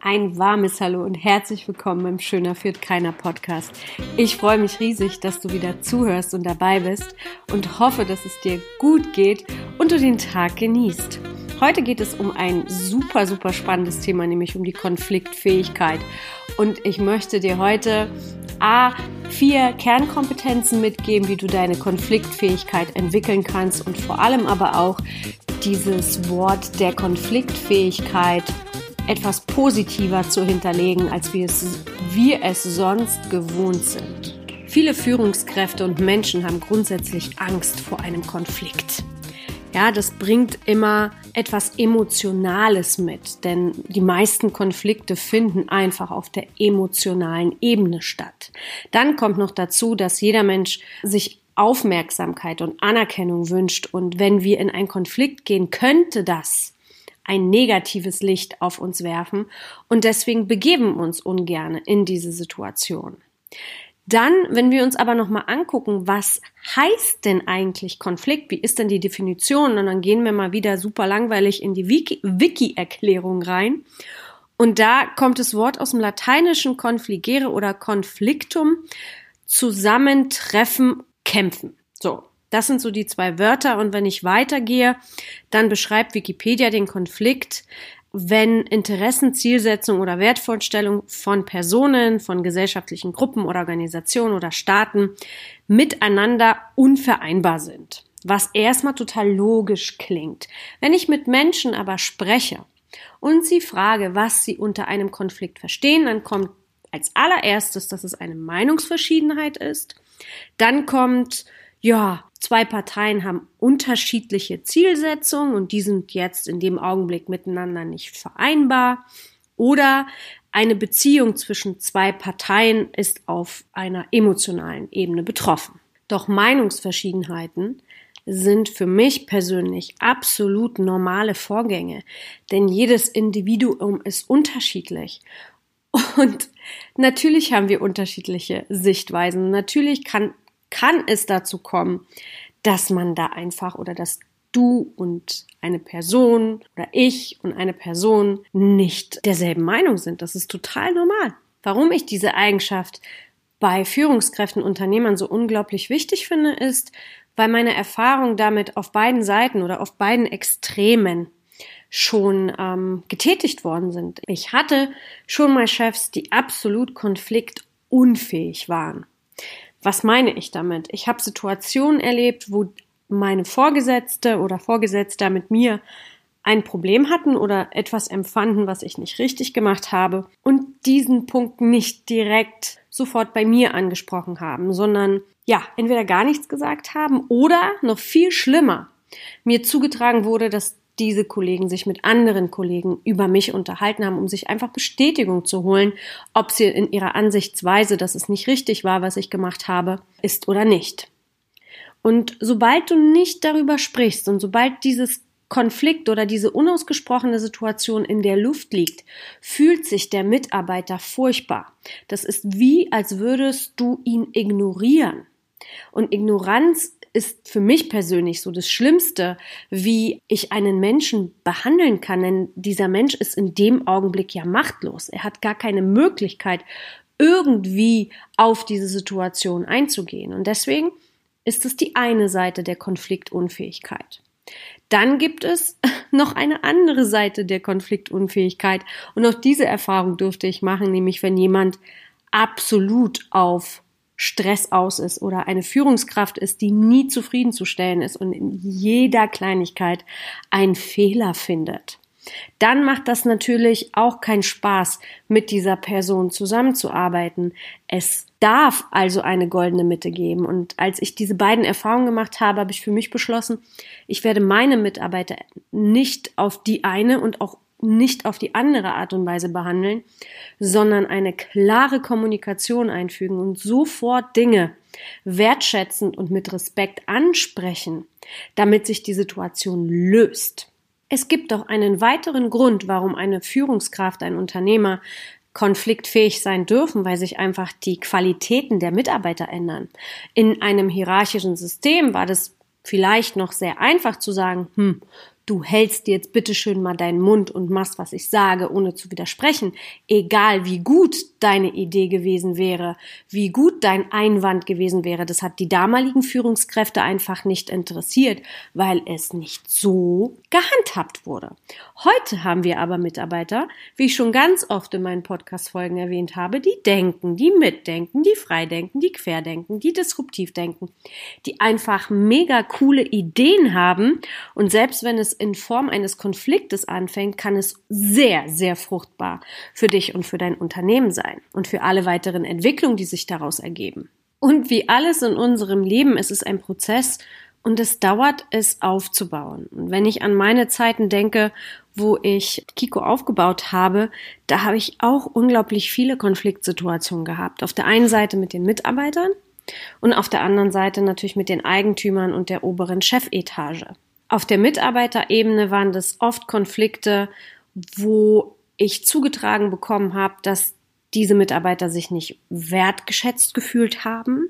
Ein warmes Hallo und herzlich willkommen im Schöner führt keiner Podcast. Ich freue mich riesig, dass du wieder zuhörst und dabei bist und hoffe, dass es dir gut geht und du den Tag genießt. Heute geht es um ein super spannendes Thema, nämlich um die Konfliktfähigkeit. Und ich möchte dir heute 4 Kernkompetenzen mitgeben, wie du deine Konfliktfähigkeit entwickeln kannst und vor allem aber auch dieses Wort der Konfliktfähigkeit etwas positiver zu hinterlegen, als wir es sonst gewohnt sind. Viele Führungskräfte und Menschen haben grundsätzlich Angst vor einem Konflikt. Ja, das bringt immer etwas Emotionales mit, denn die meisten Konflikte finden einfach auf der emotionalen Ebene statt. Dann kommt noch dazu, dass jeder Mensch sich Aufmerksamkeit und Anerkennung wünscht und wenn wir in einen Konflikt gehen, könnte das ein negatives Licht auf uns werfen und deswegen begeben wir uns ungern in diese Situation. Dann, wenn wir uns aber nochmal angucken, was heißt denn eigentlich Konflikt? Wie ist denn die Definition? Und dann gehen wir mal wieder super langweilig in die Wiki-Erklärung rein. Und da kommt das Wort aus dem Lateinischen confligere oder conflictum, zusammentreffen, kämpfen. So. Das sind so die 2 Wörter und wenn ich weitergehe, dann beschreibt Wikipedia den Konflikt, wenn Interessen, Zielsetzung oder Wertvorstellung von Personen, von gesellschaftlichen Gruppen oder Organisationen oder Staaten miteinander unvereinbar sind. Was erstmal total logisch klingt. Wenn ich mit Menschen aber spreche und sie frage, was sie unter einem Konflikt verstehen, dann kommt als allererstes, dass es eine Meinungsverschiedenheit ist. Dann kommt, 2 Parteien haben unterschiedliche Zielsetzungen und die sind jetzt in dem Augenblick miteinander nicht vereinbar. Oder eine Beziehung zwischen 2 Parteien ist auf einer emotionalen Ebene betroffen. Doch Meinungsverschiedenheiten sind für mich persönlich absolut normale Vorgänge, denn jedes Individuum ist unterschiedlich. Und natürlich haben wir unterschiedliche Sichtweisen. Natürlich kann es dazu kommen, dass man da einfach oder dass du und eine Person oder ich und eine Person nicht derselben Meinung sind. Das ist total normal. Warum ich diese Eigenschaft bei Führungskräften, Unternehmern so unglaublich wichtig finde, ist, weil meine Erfahrungen damit auf beiden Seiten oder auf beiden Extremen schon getätigt worden sind. Ich hatte schon mal Chefs, die absolut konfliktunfähig waren. Was meine ich damit? Ich habe Situationen erlebt, wo meine Vorgesetzte oder Vorgesetzter mit mir ein Problem hatten oder etwas empfanden, was ich nicht richtig gemacht habe und diesen Punkt nicht direkt sofort bei mir angesprochen haben, sondern entweder gar nichts gesagt haben oder noch viel schlimmer, mir zugetragen wurde, dass diese Kollegen sich mit anderen Kollegen über mich unterhalten haben, um sich einfach Bestätigung zu holen, ob sie in ihrer Ansichtsweise, dass es nicht richtig war, was ich gemacht habe, ist oder nicht. Und sobald du nicht darüber sprichst und sobald dieses Konflikt oder diese unausgesprochene Situation in der Luft liegt, fühlt sich der Mitarbeiter furchtbar. Das ist wie, als würdest du ihn ignorieren. Und Ignoranz ist für mich persönlich so das Schlimmste, wie ich einen Menschen behandeln kann, denn dieser Mensch ist in dem Augenblick ja machtlos. Er hat gar keine Möglichkeit, irgendwie auf diese Situation einzugehen. Und deswegen ist es die eine Seite der Konfliktunfähigkeit. Dann gibt es noch eine andere Seite der Konfliktunfähigkeit und auch diese Erfahrung durfte ich machen, nämlich wenn jemand absolut auf Stress aus ist oder eine Führungskraft ist, die nie zufriedenzustellen ist und in jeder Kleinigkeit einen Fehler findet. Dann macht das natürlich auch keinen Spaß, mit dieser Person zusammenzuarbeiten. Es darf also eine goldene Mitte geben. Und als ich diese beiden Erfahrungen gemacht habe, habe ich für mich beschlossen, ich werde meine Mitarbeiter nicht auf die eine und auch nicht auf die andere Art und Weise behandeln, sondern eine klare Kommunikation einfügen und sofort Dinge wertschätzend und mit Respekt ansprechen, damit sich die Situation löst. Es gibt auch einen weiteren Grund, warum eine Führungskraft, ein Unternehmer konfliktfähig sein dürfen, weil sich einfach die Qualitäten der Mitarbeiter ändern. In einem hierarchischen System war das vielleicht noch sehr einfach zu sagen, du hältst jetzt bitteschön mal deinen Mund und machst, was ich sage, ohne zu widersprechen, egal wie gut deine Idee gewesen wäre, wie gut dein Einwand gewesen wäre, das hat die damaligen Führungskräfte einfach nicht interessiert, weil es nicht so gehandhabt wurde. Heute haben wir aber Mitarbeiter, wie ich schon ganz oft in meinen Podcast-Folgen erwähnt habe, die denken, die mitdenken, die freidenken, die querdenken, die disruptiv denken, die einfach mega coole Ideen haben und selbst wenn es in Form eines Konfliktes anfängt, kann es sehr, sehr fruchtbar für dich und für dein Unternehmen sein und für alle weiteren Entwicklungen, die sich daraus ergeben. Und wie alles in unserem Leben ist es ein Prozess und es dauert, es aufzubauen. Und wenn ich an meine Zeiten denke, wo ich Kiko aufgebaut habe, da habe ich auch unglaublich viele Konfliktsituationen gehabt. Auf der einen Seite mit den Mitarbeitern und auf der anderen Seite natürlich mit den Eigentümern und der oberen Chefetage. Auf der Mitarbeiterebene waren das oft Konflikte, wo ich zugetragen bekommen habe, dass diese Mitarbeiter sich nicht wertgeschätzt gefühlt haben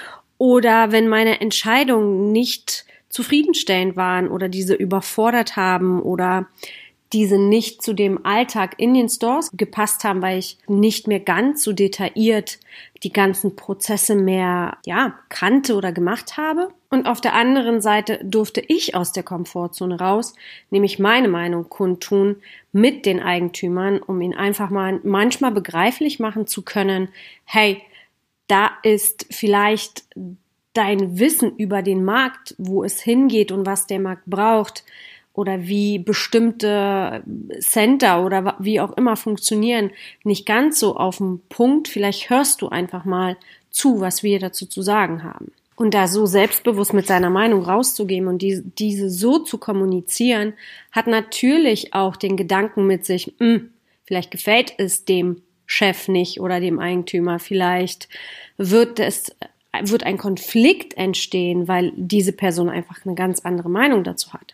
oder wenn meine Entscheidungen nicht zufriedenstellend waren oder diese überfordert haben oder diese nicht zu dem Alltag in den Stores gepasst haben, weil ich nicht mehr ganz so detailliert die ganzen Prozesse mehr, kannte oder gemacht habe. Und auf der anderen Seite durfte ich aus der Komfortzone raus, nämlich meine Meinung kundtun mit den Eigentümern, um ihnen einfach mal manchmal begreiflich machen zu können, hey, da ist vielleicht dein Wissen über den Markt, wo es hingeht und was der Markt braucht, oder wie bestimmte Center oder wie auch immer funktionieren, nicht ganz so auf den Punkt. Vielleicht hörst du einfach mal zu, was wir dazu zu sagen haben. Und da so selbstbewusst mit seiner Meinung rauszugehen und diese so zu kommunizieren, hat natürlich auch den Gedanken mit sich, vielleicht gefällt es dem Chef nicht oder dem Eigentümer, vielleicht wird ein Konflikt entstehen, weil diese Person einfach eine ganz andere Meinung dazu hat.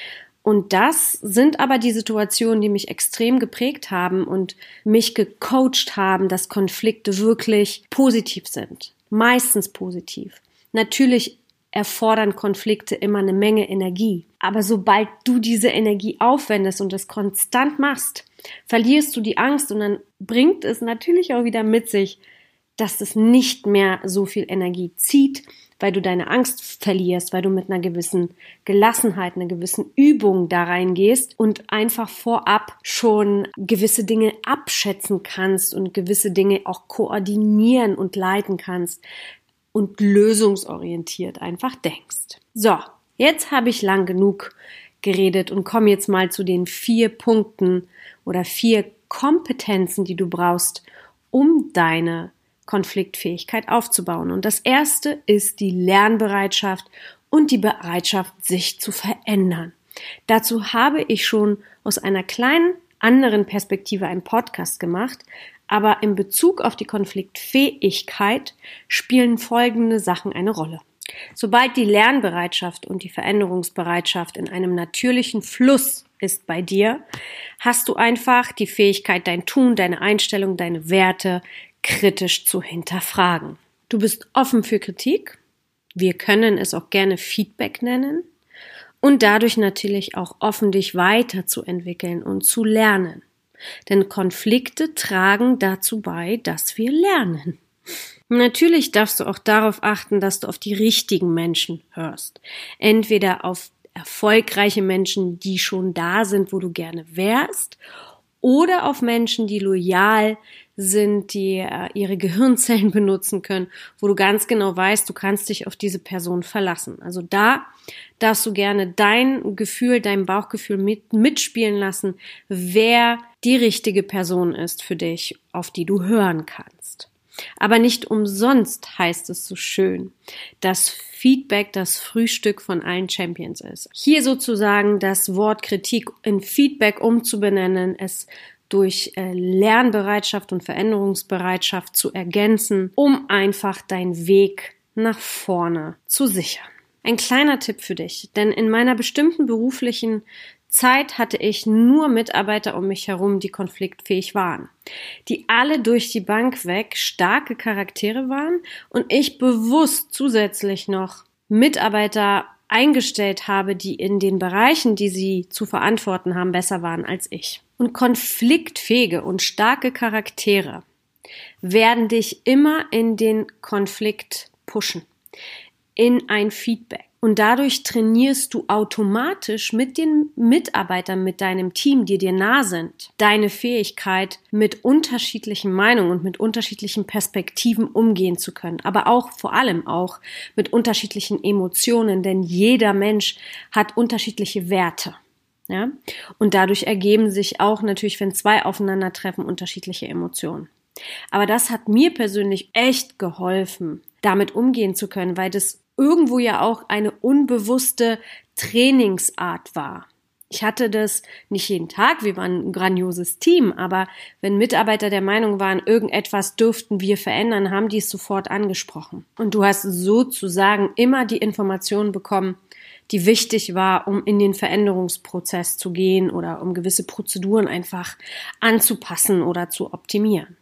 Und das sind aber die Situationen, die mich extrem geprägt haben und mich gecoacht haben, dass Konflikte wirklich positiv sind. Meistens positiv. Natürlich erfordern Konflikte immer eine Menge Energie. Aber sobald du diese Energie aufwendest und das konstant machst, verlierst du die Angst und dann bringt es natürlich auch wieder mit sich, dass es nicht mehr so viel Energie zieht, weil du deine Angst verlierst, weil du mit einer gewissen Gelassenheit, einer gewissen Übung da reingehst und einfach vorab schon gewisse Dinge abschätzen kannst und gewisse Dinge auch koordinieren und leiten kannst und lösungsorientiert einfach denkst. So, jetzt habe ich lang genug geredet und komme jetzt mal zu den 4 Punkten oder 4 Kompetenzen, die du brauchst, um deine Konfliktfähigkeit aufzubauen. Und das erste ist die Lernbereitschaft und die Bereitschaft, sich zu verändern. Dazu habe ich schon aus einer kleinen anderen Perspektive einen Podcast gemacht, aber in Bezug auf die Konfliktfähigkeit spielen folgende Sachen eine Rolle. Sobald die Lernbereitschaft und die Veränderungsbereitschaft in einem natürlichen Fluss ist bei dir, hast du einfach die Fähigkeit, dein Tun, deine Einstellung, deine Werte kritisch zu hinterfragen. Du bist offen für Kritik. Wir können es auch gerne Feedback nennen. Und dadurch natürlich auch offen, dich weiterzuentwickeln und zu lernen. Denn Konflikte tragen dazu bei, dass wir lernen. Natürlich darfst du auch darauf achten, dass du auf die richtigen Menschen hörst. Entweder auf erfolgreiche Menschen, die schon da sind, wo du gerne wärst, oder auf Menschen, die loyal sind, die ihre Gehirnzellen benutzen können, wo du ganz genau weißt, du kannst dich auf diese Person verlassen. Also da darfst du gerne dein Gefühl, dein Bauchgefühl mitspielen lassen, wer die richtige Person ist für dich, auf die du hören kannst. Aber nicht umsonst heißt es so schön, dass Feedback das Frühstück von allen Champions ist. Hier sozusagen das Wort Kritik in Feedback umzubenennen, es durch Lernbereitschaft und Veränderungsbereitschaft zu ergänzen, um einfach deinen Weg nach vorne zu sichern. Ein kleiner Tipp für dich, denn in meiner bestimmten beruflichen Zeit hatte ich nur Mitarbeiter um mich herum, die konfliktfähig waren, die alle durch die Bank weg starke Charaktere waren und ich bewusst zusätzlich noch Mitarbeiter eingestellt habe, die in den Bereichen, die sie zu verantworten haben, besser waren als ich. Und konfliktfähige und starke Charaktere werden dich immer in den Konflikt pushen, in ein Feedback. Und dadurch trainierst du automatisch mit den Mitarbeitern, mit deinem Team, die dir nah sind, deine Fähigkeit, mit unterschiedlichen Meinungen und mit unterschiedlichen Perspektiven umgehen zu können. Aber auch, vor allem auch mit unterschiedlichen Emotionen, denn jeder Mensch hat unterschiedliche Werte. Ja? Und dadurch ergeben sich auch natürlich, wenn zwei aufeinandertreffen, unterschiedliche Emotionen. Aber das hat mir persönlich echt geholfen, damit umgehen zu können, weil das irgendwo ja auch eine unbewusste Trainingsart war. Ich hatte das nicht jeden Tag, wir waren ein grandioses Team, aber wenn Mitarbeiter der Meinung waren, irgendetwas dürften wir verändern, haben die es sofort angesprochen. Und du hast sozusagen immer die Informationen bekommen, die wichtig war, um in den Veränderungsprozess zu gehen oder um gewisse Prozeduren einfach anzupassen oder zu optimieren.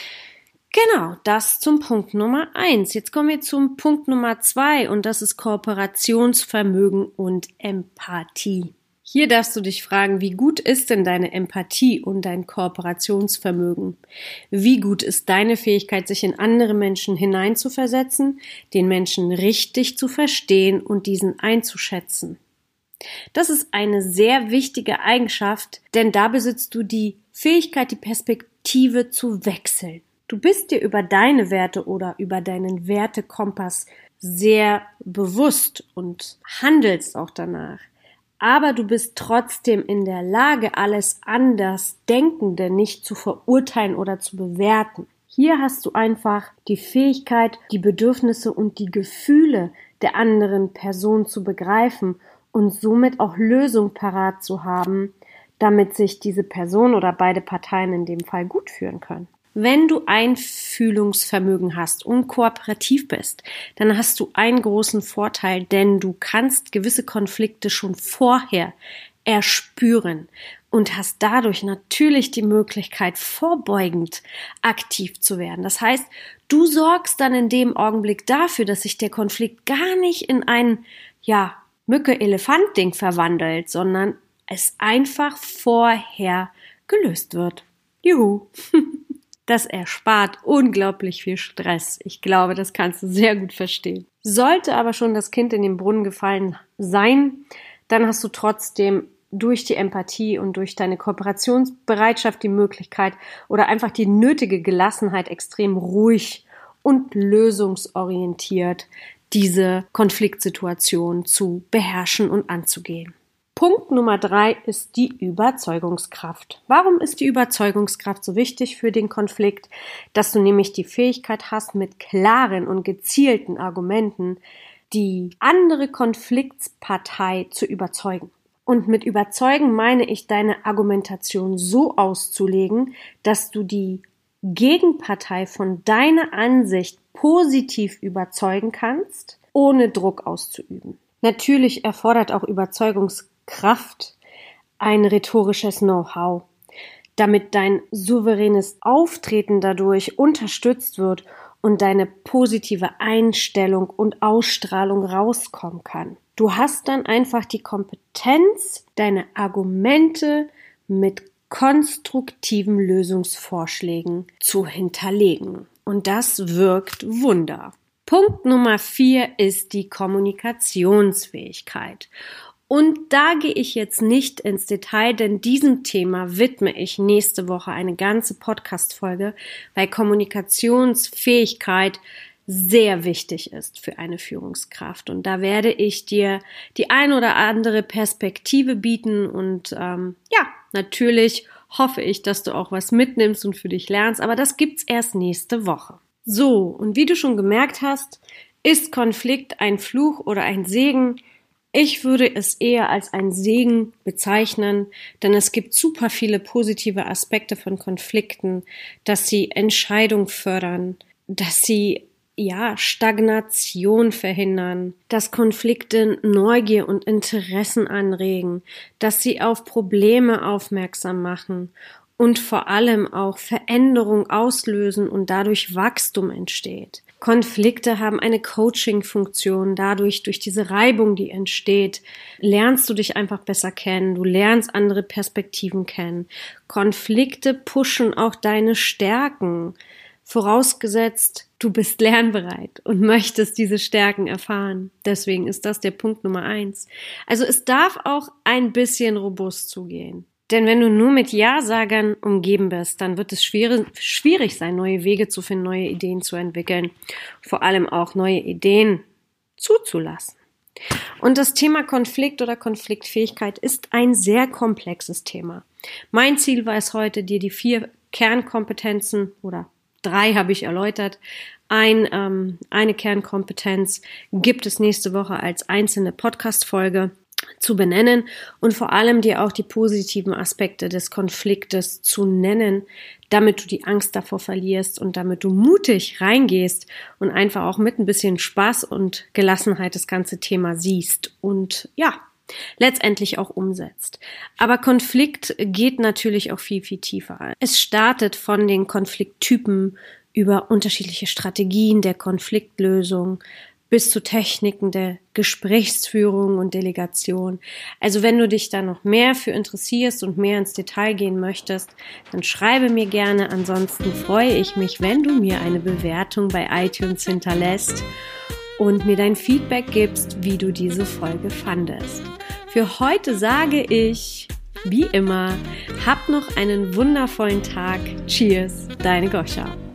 Genau, das zum Punkt Nummer 1. Jetzt kommen wir zum Punkt Nummer 2 und das ist Kooperationsvermögen und Empathie. Hier darfst du dich fragen, wie gut ist denn deine Empathie und dein Kooperationsvermögen? Wie gut ist deine Fähigkeit, sich in andere Menschen hineinzuversetzen, den Menschen richtig zu verstehen und diesen einzuschätzen? Das ist eine sehr wichtige Eigenschaft, denn da besitzt du die Fähigkeit, die Perspektive zu wechseln. Du bist dir über deine Werte oder über deinen Wertekompass sehr bewusst und handelst auch danach. Aber du bist trotzdem in der Lage, alles anders Denkende nicht zu verurteilen oder zu bewerten. Hier hast du einfach die Fähigkeit, die Bedürfnisse und die Gefühle der anderen Person zu begreifen und somit auch Lösungen parat zu haben, damit sich diese Person oder beide Parteien in dem Fall gut fühlen können. Wenn du Einfühlungsvermögen hast und kooperativ bist, dann hast du einen großen Vorteil, denn du kannst gewisse Konflikte schon vorher erspüren und hast dadurch natürlich die Möglichkeit, vorbeugend aktiv zu werden. Das heißt, du sorgst dann in dem Augenblick dafür, dass sich der Konflikt gar nicht in ein, Mücke-Elefant-Ding verwandelt, sondern es einfach vorher gelöst wird. Juhu! Das erspart unglaublich viel Stress. Ich glaube, das kannst du sehr gut verstehen. Sollte aber schon das Kind in den Brunnen gefallen sein, dann hast du trotzdem durch die Empathie und durch deine Kooperationsbereitschaft die Möglichkeit oder einfach die nötige Gelassenheit, extrem ruhig und lösungsorientiert diese Konfliktsituation zu beherrschen und anzugehen. Punkt Nummer 3 ist die Überzeugungskraft. Warum ist die Überzeugungskraft so wichtig für den Konflikt? Dass du nämlich die Fähigkeit hast, mit klaren und gezielten Argumenten die andere Konfliktpartei zu überzeugen. Und mit überzeugen meine ich, deine Argumentation so auszulegen, dass du die Gegenpartei von deiner Ansicht positiv überzeugen kannst, ohne Druck auszuüben. Natürlich erfordert auch Überzeugungskraft ein rhetorisches Know-how, damit dein souveränes Auftreten dadurch unterstützt wird und deine positive Einstellung und Ausstrahlung rauskommen kann. Du hast dann einfach die Kompetenz, deine Argumente mit konstruktiven Lösungsvorschlägen zu hinterlegen. Und das wirkt Wunder. Punkt Nummer 4 ist die Kommunikationsfähigkeit. Und da gehe ich jetzt nicht ins Detail, denn diesem Thema widme ich nächste Woche eine ganze Podcast-Folge, weil Kommunikationsfähigkeit sehr wichtig ist für eine Führungskraft. Und da werde ich dir die ein oder andere Perspektive bieten und natürlich hoffe ich, dass du auch was mitnimmst und für dich lernst, aber das gibt's erst nächste Woche. So, und wie du schon gemerkt hast, ist Konflikt ein Fluch oder ein Segen? Ich würde es eher als ein Segen bezeichnen, denn es gibt super viele positive Aspekte von Konflikten, dass sie Entscheidung fördern, dass sie Stagnation verhindern, dass Konflikte Neugier und Interessen anregen, dass sie auf Probleme aufmerksam machen und vor allem auch Veränderung auslösen und dadurch Wachstum entsteht. Konflikte haben eine Coaching-Funktion. Dadurch, durch diese Reibung, die entsteht, lernst du dich einfach besser kennen. Du lernst andere Perspektiven kennen. Konflikte pushen auch deine Stärken. Vorausgesetzt, du bist lernbereit und möchtest diese Stärken erfahren. Deswegen ist das der Punkt Nummer 1. Also es darf auch ein bisschen robust zugehen. Denn wenn du nur mit Ja-Sagern umgeben bist, dann wird es schwierig sein, neue Wege zu finden, neue Ideen zu entwickeln. Vor allem auch neue Ideen zuzulassen. Und das Thema Konflikt oder Konfliktfähigkeit ist ein sehr komplexes Thema. Mein Ziel war es heute, dir die 4 Kernkompetenzen oder 3 habe ich erläutert. Eine Kernkompetenz gibt es nächste Woche als einzelne Podcast-Folge zu benennen und vor allem dir auch die positiven Aspekte des Konfliktes zu nennen, damit du die Angst davor verlierst und damit du mutig reingehst und einfach auch mit ein bisschen Spaß und Gelassenheit das ganze Thema siehst und ja, letztendlich auch umsetzt. Aber Konflikt geht natürlich auch viel, viel tiefer ein. Es startet von den Konflikttypen über unterschiedliche Strategien der Konfliktlösung bis zu Techniken der Gesprächsführung und Delegation. Also wenn du dich da noch mehr für interessierst und mehr ins Detail gehen möchtest, dann schreibe mir gerne. Ansonsten freue ich mich, wenn du mir eine Bewertung bei iTunes hinterlässt und mir dein Feedback gibst, wie du diese Folge fandest. Für heute sage ich, wie immer, hab noch einen wundervollen Tag. Cheers, deine Goscha.